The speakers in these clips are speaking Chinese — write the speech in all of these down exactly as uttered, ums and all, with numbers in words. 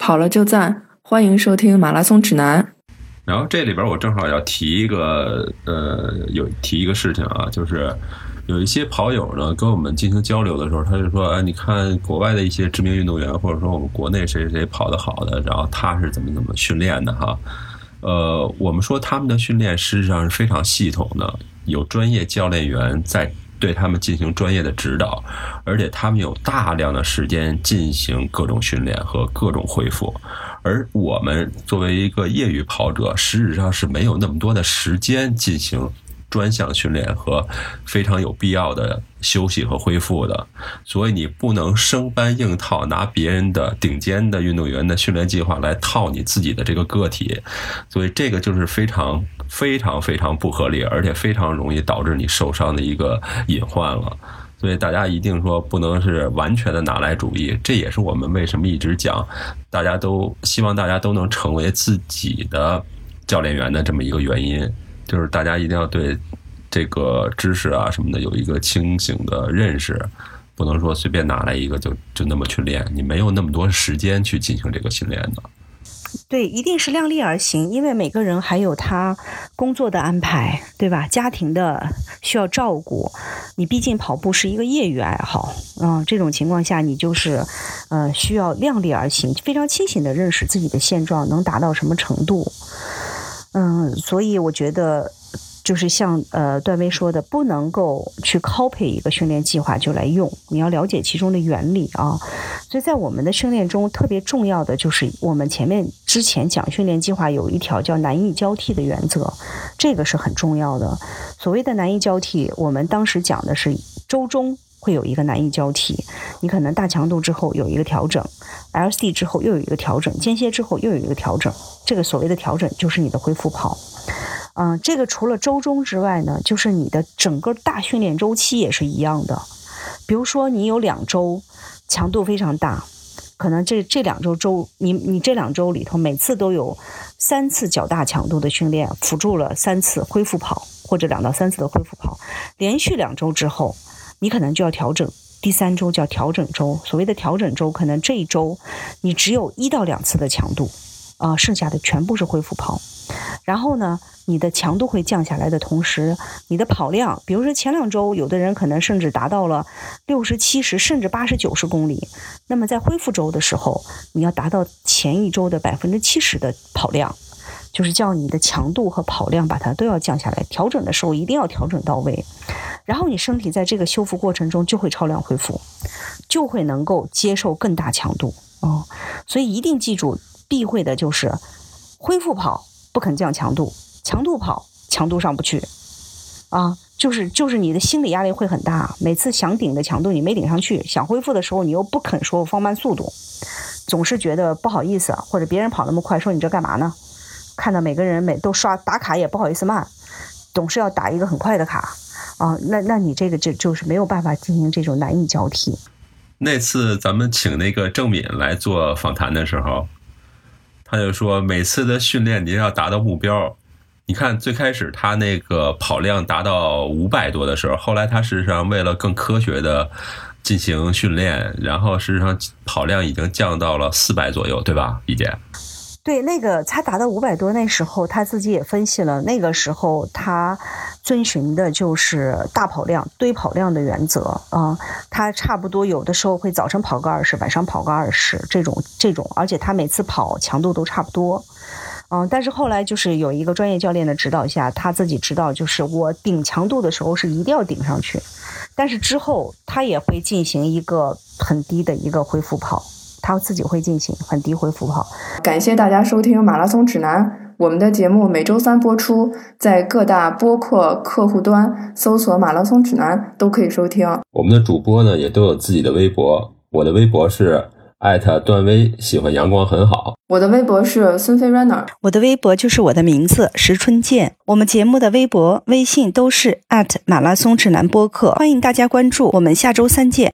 跑了就赞，欢迎收听马拉松指南。 然后这里边我正好要提一个呃，有提一个事情啊，就是有一些跑友呢跟我们进行交流的时候，他就说，哎，你看国外的一些知名运动员，或者说我们国内谁谁跑得好的，然后他是怎么怎么训练的哈。呃，我们说他们的训练实际上是非常系统的，有专业教练员在对他们进行专业的指导，而且他们有大量的时间进行各种训练和各种恢复。而我们作为一个业余跑者，实质上是没有那么多的时间进行专项训练和非常有必要的休息和恢复的，所以你不能生搬硬套，拿别人的顶尖的运动员的训练计划来套你自己的这个个体，所以这个就是非常非常非常不合理，而且非常容易导致你受伤的一个隐患了。所以大家一定说不能是完全的拿来主义，这也是我们为什么一直讲，大家都希望大家都能成为自己的教练员的这么一个原因，就是大家一定要对这个知识啊什么的有一个清醒的认识，不能说随便拿来一个就就那么去练，你没有那么多时间去进行这个训练的。 对，一定是量力而行，因为每个人还有他工作的安排，对吧？家庭的需要照顾，你毕竟跑步是一个业余爱好，嗯，这种情况下你就是呃需要量力而行，非常清醒的认识自己的现状能达到什么程度。嗯，所以我觉得就是像呃段威说的，不能够去 copy 一个训练计划就来用，你要了解其中的原理啊。所以在我们的训练中特别重要的就是我们前面之前讲训练计划有一条叫难易交替的原则，这个是很重要的。所谓的难易交替，我们当时讲的是周中会有一个难易交替，你可能大强度之后有一个调整， L C 之后又有一个调整，间歇之后又有一个调整，这个所谓的调整就是你的恢复跑。嗯，这个除了周中之外呢，就是你的整个大训练周期也是一样的。比如说你有两周强度非常大，可能这这两周周你你这两周里头每次都有三次较大强度的训练，辅助了三次恢复跑或者两到三次的恢复跑，连续两周之后，你可能就要调整。第三周叫调整周，所谓的调整周，可能这一周你只有一到两次的强度，啊、呃，剩下的全部是恢复跑。然后呢，你的强度会降下来的同时，你的跑量，比如说前两周有的人可能甚至达到了六十七十甚至八十九十公里，那么在恢复周的时候，你要达到前一周的百分之七十的跑量，就是叫你的强度和跑量把它都要降下来，调整的时候一定要调整到位，然后你身体在这个修复过程中就会超量恢复，就会能够接受更大强度、哦、所以一定记住避讳的就是恢复跑不肯降强度，强度跑强度上不去啊，就是就是你的心理压力会很大，每次想顶的强度你没顶上去，想恢复的时候你又不肯说放慢速度，总是觉得不好意思，或者别人跑那么快说你这干嘛呢，看到每个人每都刷打卡也不好意思慢，总是要打一个很快的卡啊，那那你这个就就是没有办法进行这种难易交替。 那次咱们请那个郑敏来做访谈的时候，他就说每次的训练你要达到目标，你看最开始他那个跑量达到五百多的时候，后来他事实上为了更科学的进行训练，然后事实上跑量已经降到了四百左右，对吧，李姐？ 对，那个他达到五百多，那时候他自己也分析了，那个时候他遵循的就是大跑量堆跑量的原则啊、呃，他差不多有的时候会早晨跑个二十，晚上跑个二十，这种这种，而且他每次跑强度都差不多。嗯，但是后来就是有一个专业教练的指导下，他自己知道，就是我顶强度的时候是一定要顶上去，但是之后他也会进行一个很低的一个恢复跑。他自己会进行很低恢复跑。 感谢大家收听马拉松指南，我们的节目每周三播出，在各大播客客户端搜索马拉松指南都可以收听。 我们的主播呢也都有自己的微博，我的微博是艾特段威，喜欢阳光很好。 我的微博是孙飞 runner， 我的微博就是我的名字石春健。我们节目的微博、微信都是艾特马拉松指南播客，欢迎大家关注。我们下周三见。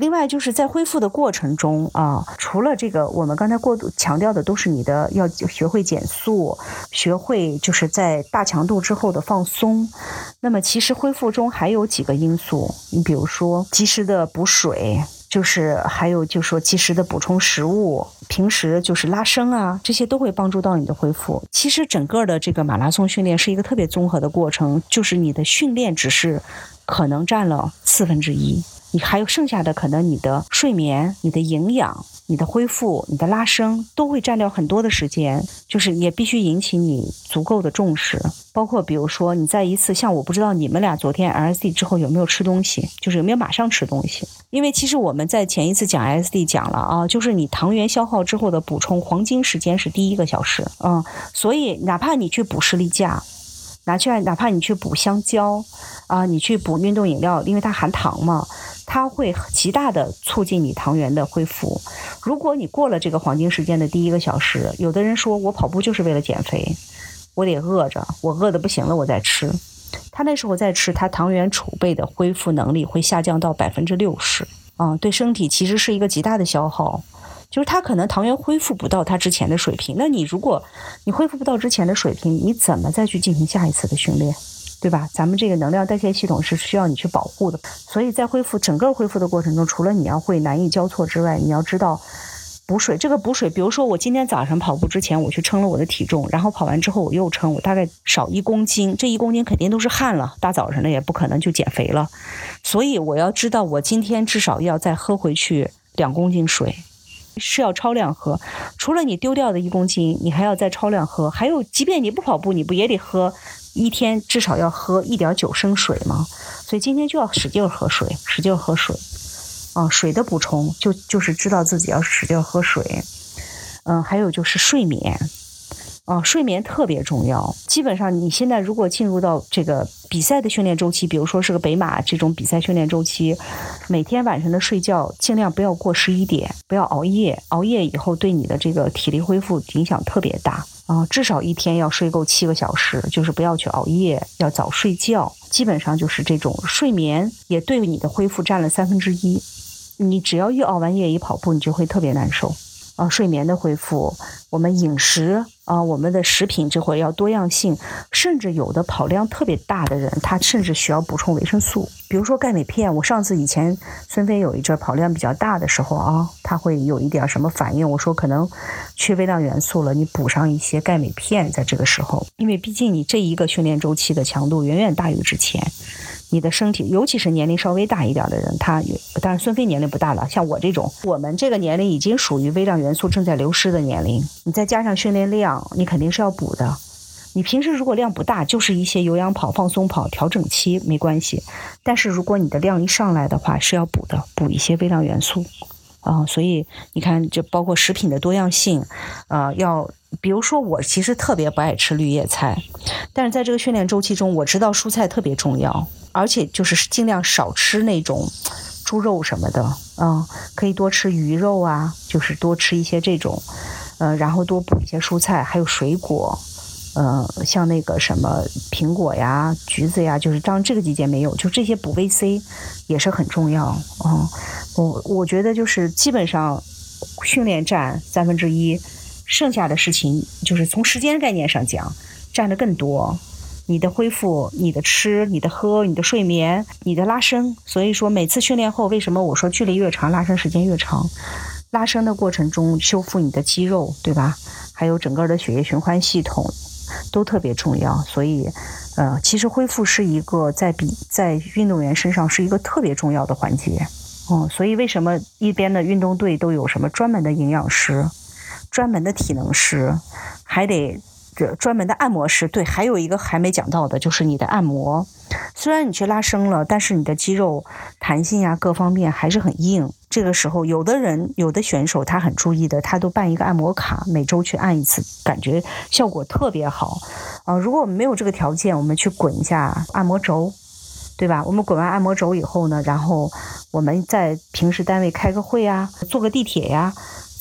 另外就是在恢复的过程中啊，除了这个我们刚才过度强调的都是你的要学会减速，学会就是在大强度之后的放松，那么其实恢复中还有几个因素，你比如说及时的补水，就是还有就是说及时的补充食物，平时就是拉伸啊，这些都会帮助到你的恢复。其实整个的这个马拉松训练是一个特别综合的过程，就是你的训练只是可能占了四分之一，你还有剩下的可能你的睡眠、你的营养、你的恢复、你的拉伸都会占掉很多的时间，就是也必须引起你足够的重视。包括比如说你在一次，像我不知道你们俩昨天 L S D 之后有没有吃东西，就是有没有马上吃东西。因为其实我们在前一次讲 L S D 讲了啊，就是你糖原消耗之后的补充黄金时间是第一个小时，嗯，所以哪怕你去补士力架，拿去哪怕你去补香蕉啊，你去补运动饮料，因为它含糖嘛，它会极大的促进你糖原的恢复。如果你过了这个黄金时间的第一个小时，有的人说我跑步就是为了减肥，我得饿着，我饿得不行了我再吃，他那时候再吃，他糖原储备的恢复能力会下降到百分之六十，嗯，对身体其实是一个极大的消耗。就是他可能糖原恢复不到他之前的水平，那你如果你恢复不到之前的水平，你怎么再去进行下一次的训练，对吧？咱们这个能量代谢系统是需要你去保护的，所以在恢复整个恢复的过程中，除了你要会难易交错之外，你要知道补水。这个补水，比如说我今天早上跑步之前我去称了我的体重，然后跑完之后我又称，我大概少一公斤，这一公斤肯定都是汗了，大早上的也不可能就减肥了，所以我要知道我今天至少要再喝回去两公斤水，是要超量喝。除了你丢掉的一公斤，你还要再超量喝。还有即便你不跑步，你不也得喝一天至少要喝 一点九升水吗？所以今天就要使劲喝水，使劲喝水啊，水的补充就就是知道自己要使劲喝水。嗯，还有就是睡眠啊，睡眠特别重要。基本上你现在如果进入到这个比赛的训练周期，比如说是个北马这种比赛训练周期，每天晚上的睡觉尽量不要过十一点，不要熬夜，熬夜以后对你的这个体力恢复影响特别大啊。至少一天要睡够七个小时，就是不要去熬夜，要早睡觉。基本上就是这种睡眠也对你的恢复占了三分之一。你只要一熬完夜一跑步，你就会特别难受。啊，睡眠的恢复，我们饮食啊，我们的食品这会儿要多样性，甚至有的跑量特别大的人，他甚至需要补充维生素，比如说钙镁片。我上次以前孙飞有一阵跑量比较大的时候啊，他会有一点什么反应，我说可能缺微量元素了，你补上一些钙镁片在这个时候，因为毕竟你这一个训练周期的强度远远大于之前。你的身体，尤其是年龄稍微大一点的人，他当然孙飞年龄不大了，像我这种，我们这个年龄已经属于微量元素正在流失的年龄，你再加上训练量，你肯定是要补的。你平时如果量不大，就是一些有氧跑、放松跑、调整期没关系，但是如果你的量一上来的话，是要补的，补一些微量元素啊、呃。所以你看，这包括食品的多样性，呃，要比如说我其实特别不爱吃绿叶菜，但是在这个训练周期中，我知道蔬菜特别重要。而且就是尽量少吃那种猪肉什么的，嗯，可以多吃鱼肉啊，就是多吃一些这种，呃，然后多补一些蔬菜，还有水果，呃，像那个什么苹果呀、橘子呀，就是当然这个季节没有，就这些补 V C 也是很重要，嗯，我我觉得就是基本上训练占三分之一，剩下的事情就是从时间概念上讲占的更多。你的恢复，你的吃，你的喝，你的睡眠，你的拉伸。所以说每次训练后，为什么我说距离越长拉伸时间越长，拉伸的过程中修复你的肌肉，对吧？还有整个的血液循环系统都特别重要。所以呃，其实恢复是一个在比在运动员身上是一个特别重要的环节。嗯，所以为什么一边的运动队都有什么专门的营养师，专门的体能师，还得这专门的按摩师。对，还有一个还没讲到的就是你的按摩，虽然你去拉伸了，但是你的肌肉弹性呀各方面还是很硬。这个时候有的人有的选手他很注意的，他都办一个按摩卡，每周去按一次，感觉效果特别好。呃，如果我们没有这个条件，我们去滚一下按摩轴，对吧？我们滚完按摩轴以后呢，然后我们在平时单位开个会呀，坐个地铁呀，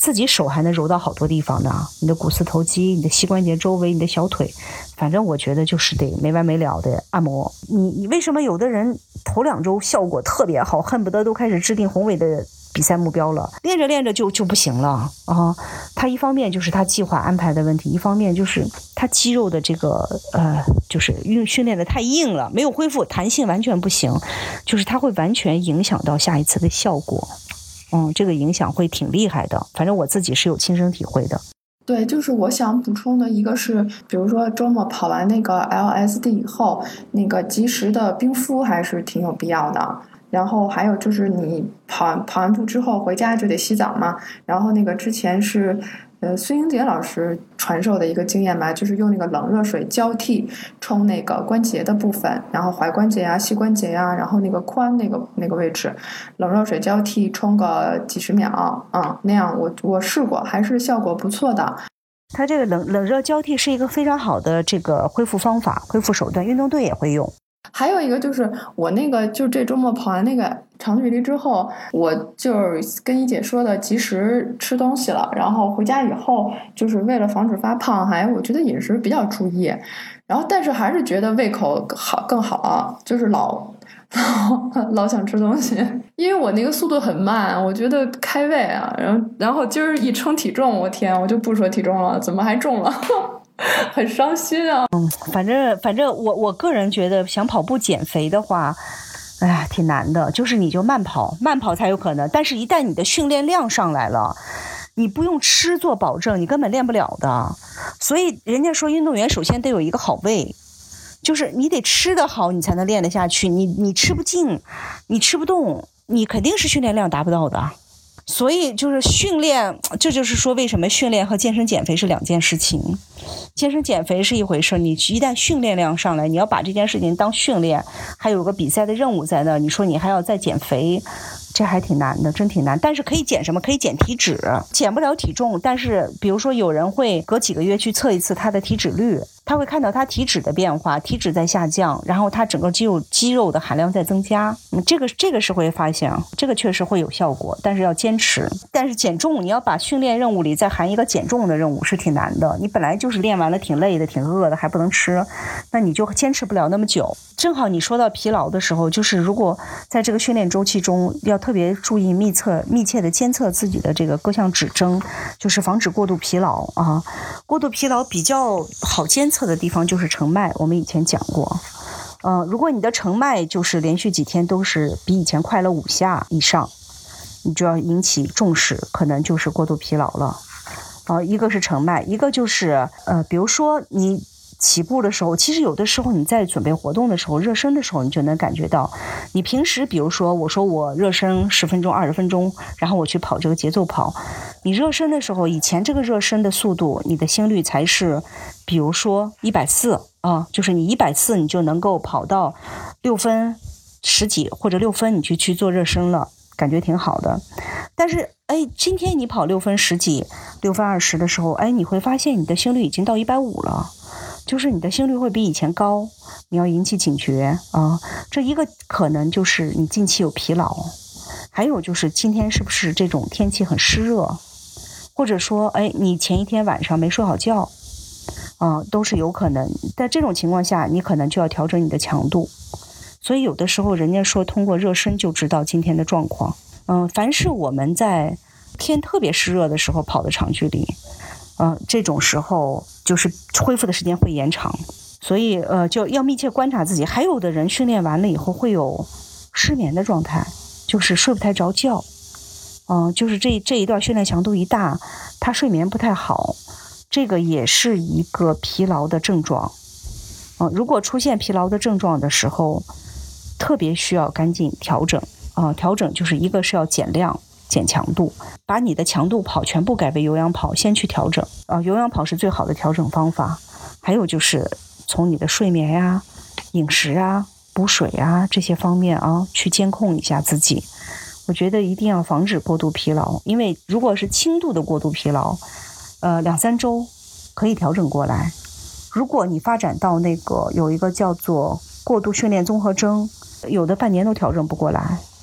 自己手还能揉到好多地方的，你的股四头肌、你的膝关节周围、你的小腿，反正我觉得就是得没完没了的按摩。你你为什么有的人头两周效果特别好，恨不得都开始制定宏伟的比赛目标了，练着练着就就不行了啊！他一方面就是他计划安排的问题，一方面就是他肌肉的这个呃，就是运训练的太硬了，没有恢复，弹性完全不行，就是他会完全影响到下一次的效果。嗯，这个影响会挺厉害的，反正我自己是有亲身体会的。 对，就是我想补充的一个是，比如说周末跑完那个 L S D 以后，那个及时的冰敷还是挺有必要的。然后还有就是你跑跑完步之后回家就得洗澡嘛，然后那个之前是呃孙英杰老师传授的一个经验吧，就是用那个冷热水交替冲那个关节的部分，然后踝关节啊、膝关节啊，然后那个髋那个那个位置，冷热水交替冲个几十秒啊、嗯，那样我我试过，还是效果不错的。 它这个冷冷热交替是一个非常好的这个恢复方法、恢复手段，运动队也会用。 还有一个就是我那个就这周末跑完那个长距离之后，我就是跟一姐说的及时吃东西了，然后回家以后就是为了防止发胖，还我觉得饮食比较注意，然后但是还是觉得胃口好更好，就是老老老想吃东西，因为我那个速度很慢，我觉得开胃啊，然后然后今儿一称体重，我天，我就不说体重了，怎么还重了？很伤心啊。 嗯，反正反正我我个人觉得想跑步减肥的话，哎呀挺难的，就是你就慢跑，慢跑才有可能，但是一旦你的训练量上来了，你不用吃做保证，你根本练不了的。所以人家说运动员首先得有一个好胃，就是你得吃得好，你才能练得下去。你你吃不进，你吃不动，你肯定是训练量达不到的。所以就是训练，这就是说为什么训练和健身减肥是两件事情。健身减肥是一回事，你一旦训练量上来，你要把这件事情当训练，还有个比赛的任务在那，你说你还要再减肥，这还挺难的，真挺难。但是可以减什么？可以减体脂，减不了体重，但是比如说有人会隔几个月去测一次他的体脂率，他会看到他体脂的变化，体脂在下降，然后他整个肌肉肌肉的含量在增加，嗯，这个这个是会发现，这个确实会有效果，但是要坚持。但是减重，你要把训练任务里再含一个减重的任务是挺难的，你本来就是练完了挺累的挺饿的还不能吃，那你就坚持不了那么久。正好你说到疲劳的时候，就是如果在这个训练周期中要特别注意密测密切的监测自己的这个各项指征，就是防止过度疲劳啊。过度疲劳比较好监测的地方就是成脉，我们以前讲过。呃，如果你的成脉就是连续几天都是比以前快了五下以上，你就要引起重视，可能就是过度疲劳了。呃，一个是成脉，一个就是呃，比如说你起步的时候，其实有的时候你在准备活动的时候，热身的时候，你就能感觉到，你平时比如说我说我热身十分钟、二十分钟，然后我去跑这个节奏跑，你热身的时候，以前这个热身的速度，你的心率才是，比如说一百四啊，就是你一百四你就能够跑到六分十几或者六分，你去去做热身了，感觉挺好的。但是哎，今天你跑六分十几、六分二十的时候，哎，你会发现你的心率已经到一百五了。就是你的心率会比以前高，你要引起警觉啊。这一个可能就是你近期有疲劳，还有就是今天是不是这种天气很湿热，或者说哎你前一天晚上没睡好觉啊，都是有可能。在这种情况下，你可能就要调整你的强度。所以有的时候人家说通过热身就知道今天的状况。嗯，凡是我们在天特别湿热的时候跑的长距离，嗯，这种时候就是恢复的时间会延长，所以呃就要密切观察自己。还有的人训练完了以后会有失眠的状态，就是睡不太着觉，嗯、呃，就是这这一段训练强度一大，他睡眠不太好，这个也是一个疲劳的症状。嗯、呃，如果出现疲劳的症状的时候，特别需要赶紧调整啊、呃，调整就是一个是要减量。减强度，把你的强度跑全部改为有氧跑，先去调整啊、呃，有氧跑是最好的调整方法。还有就是从你的睡眠呀、饮食啊、补水啊这些方面啊，去监控一下自己。我觉得一定要防止过度疲劳，因为如果是轻度的过度疲劳，呃，两三周可以调整过来。如果你发展到那个有一个叫做过度训练综合征，有的半年都调整不过来。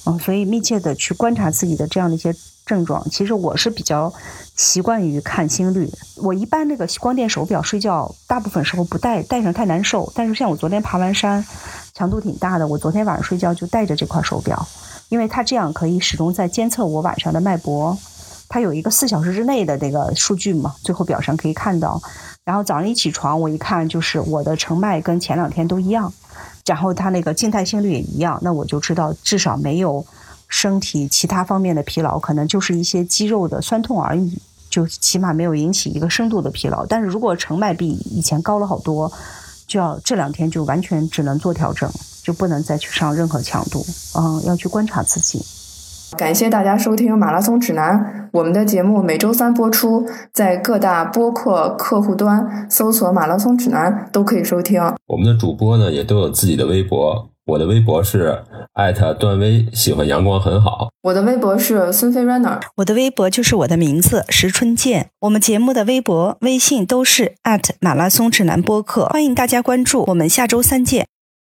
嗯，所以密切的去观察自己的这样的一些症状。其实我是比较习惯于看心率，我一般那个光电手表睡觉大部分时候不戴，戴上太难受。但是像我昨天爬完山，强度挺大的，我昨天晚上睡觉就带着这块手表，因为它这样可以始终在监测我晚上的脉搏，它有一个四小时之内的这个数据嘛，最后表上可以看到。然后早上一起床，我一看就是我的成脉跟前两天都一样，然后它那个静态心率也一样，那我就知道至少没有身体其他方面的疲劳，可能就是一些肌肉的酸痛而已，就起码没有引起一个深度的疲劳。但是如果成脉比以前高了好多，就要这两天就完全只能做调整，就不能再去上任何强度，嗯，要去观察自己。 感谢大家收听马拉松指南，我们的节目每周三播出，在各大播客客户端搜索马拉松指南都可以收听。 我们的主播呢也都有自己的微博，我的微博是艾特段威，喜欢阳光很好。 我的微博是孙飞 runner， 我的微博就是我的名字石春健。我们节目的微博、微信都是 at 马拉松指南播客，欢迎大家关注，我们下周三见。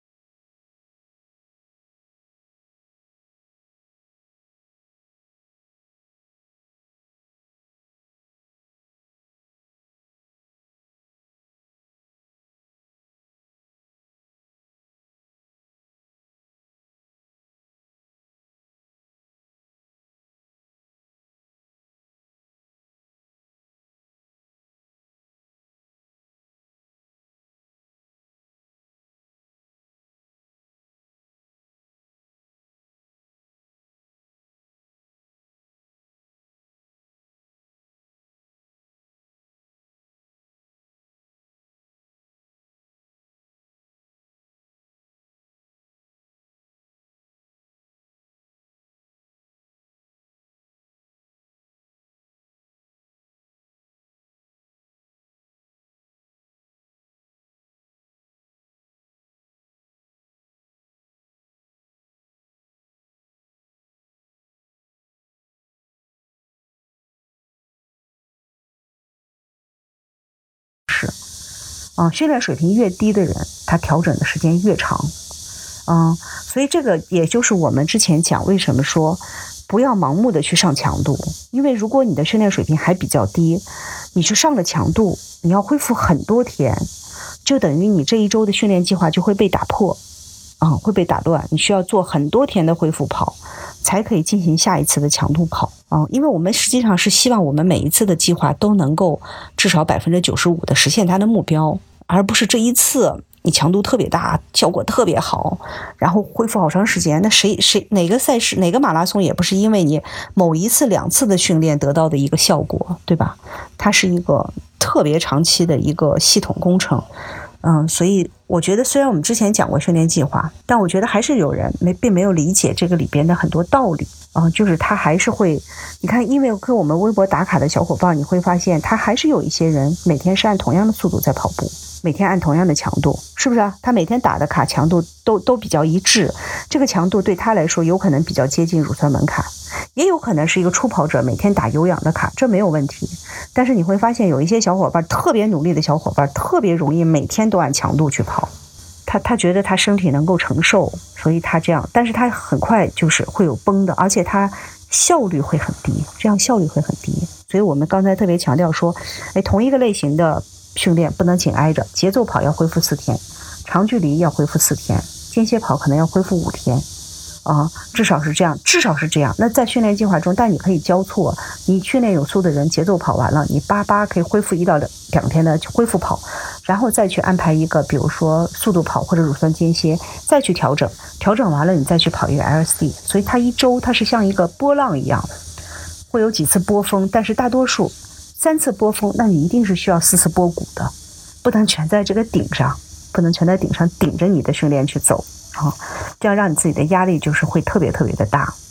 嗯，训练水平越低的人，他调整的时间越长。嗯，所以这个也就是我们之前讲为什么说不要盲目的去上强度，因为如果你的训练水平还比较低，你去上了强度，你要恢复很多天，就等于你这一周的训练计划就会被打破，嗯，会被打乱，你需要做很多天的恢复跑，才可以进行下一次的强度跑。嗯，因为我们实际上是希望我们每一次的计划都能够至少百分之九十五的实现它的目标，而不是这一次你强度特别大，效果特别好，然后恢复好长时间。那谁谁哪个赛事哪个马拉松也不是因为你某一次两次的训练得到的一个效果，对吧？它是一个特别长期的一个系统工程。嗯，所以我觉得虽然我们之前讲过训练计划，但我觉得还是有人没并没有理解这个里边的很多道理啊、呃，就是他还是会，你看，因为跟我们微博打卡的小伙伴，你会发现他还是有一些人每天是按同样的速度在跑步，每天按同样的强度，是不是啊？他每天打的卡强度都都比较一致，这个强度对他来说有可能比较接近乳酸门槛，也有可能是一个初跑者每天打有氧的卡，这没有问题。但是你会发现有一些小伙伴特别努力的小伙伴特别容易每天都按强度去跑，他他觉得他身体能够承受，所以他这样，但是他很快就是会有崩的，而且他效率会很低，这样效率会很低。所以我们刚才特别强调说，哎，同一个类型的训练不能紧挨着，节奏跑要恢复四天，长距离要恢复四天，间歇跑可能要恢复五天。啊，至少是这样，至少是这样。那在训练计划中，但你可以交错，你训练有素的人节奏跑完了，你八八可以恢复一到两天的恢复跑，然后再去安排一个，比如说速度跑或者乳酸间歇，再去调整，调整完了你再去跑一个 L S D。所以它一周它是像一个波浪一样，会有几次波峰，但是大多数三次波峰，那你一定是需要四次波谷的，不能全在这个顶上，不能全在顶上顶着你的训练去走。啊，这样让你自己的压力就是会特别特别的大。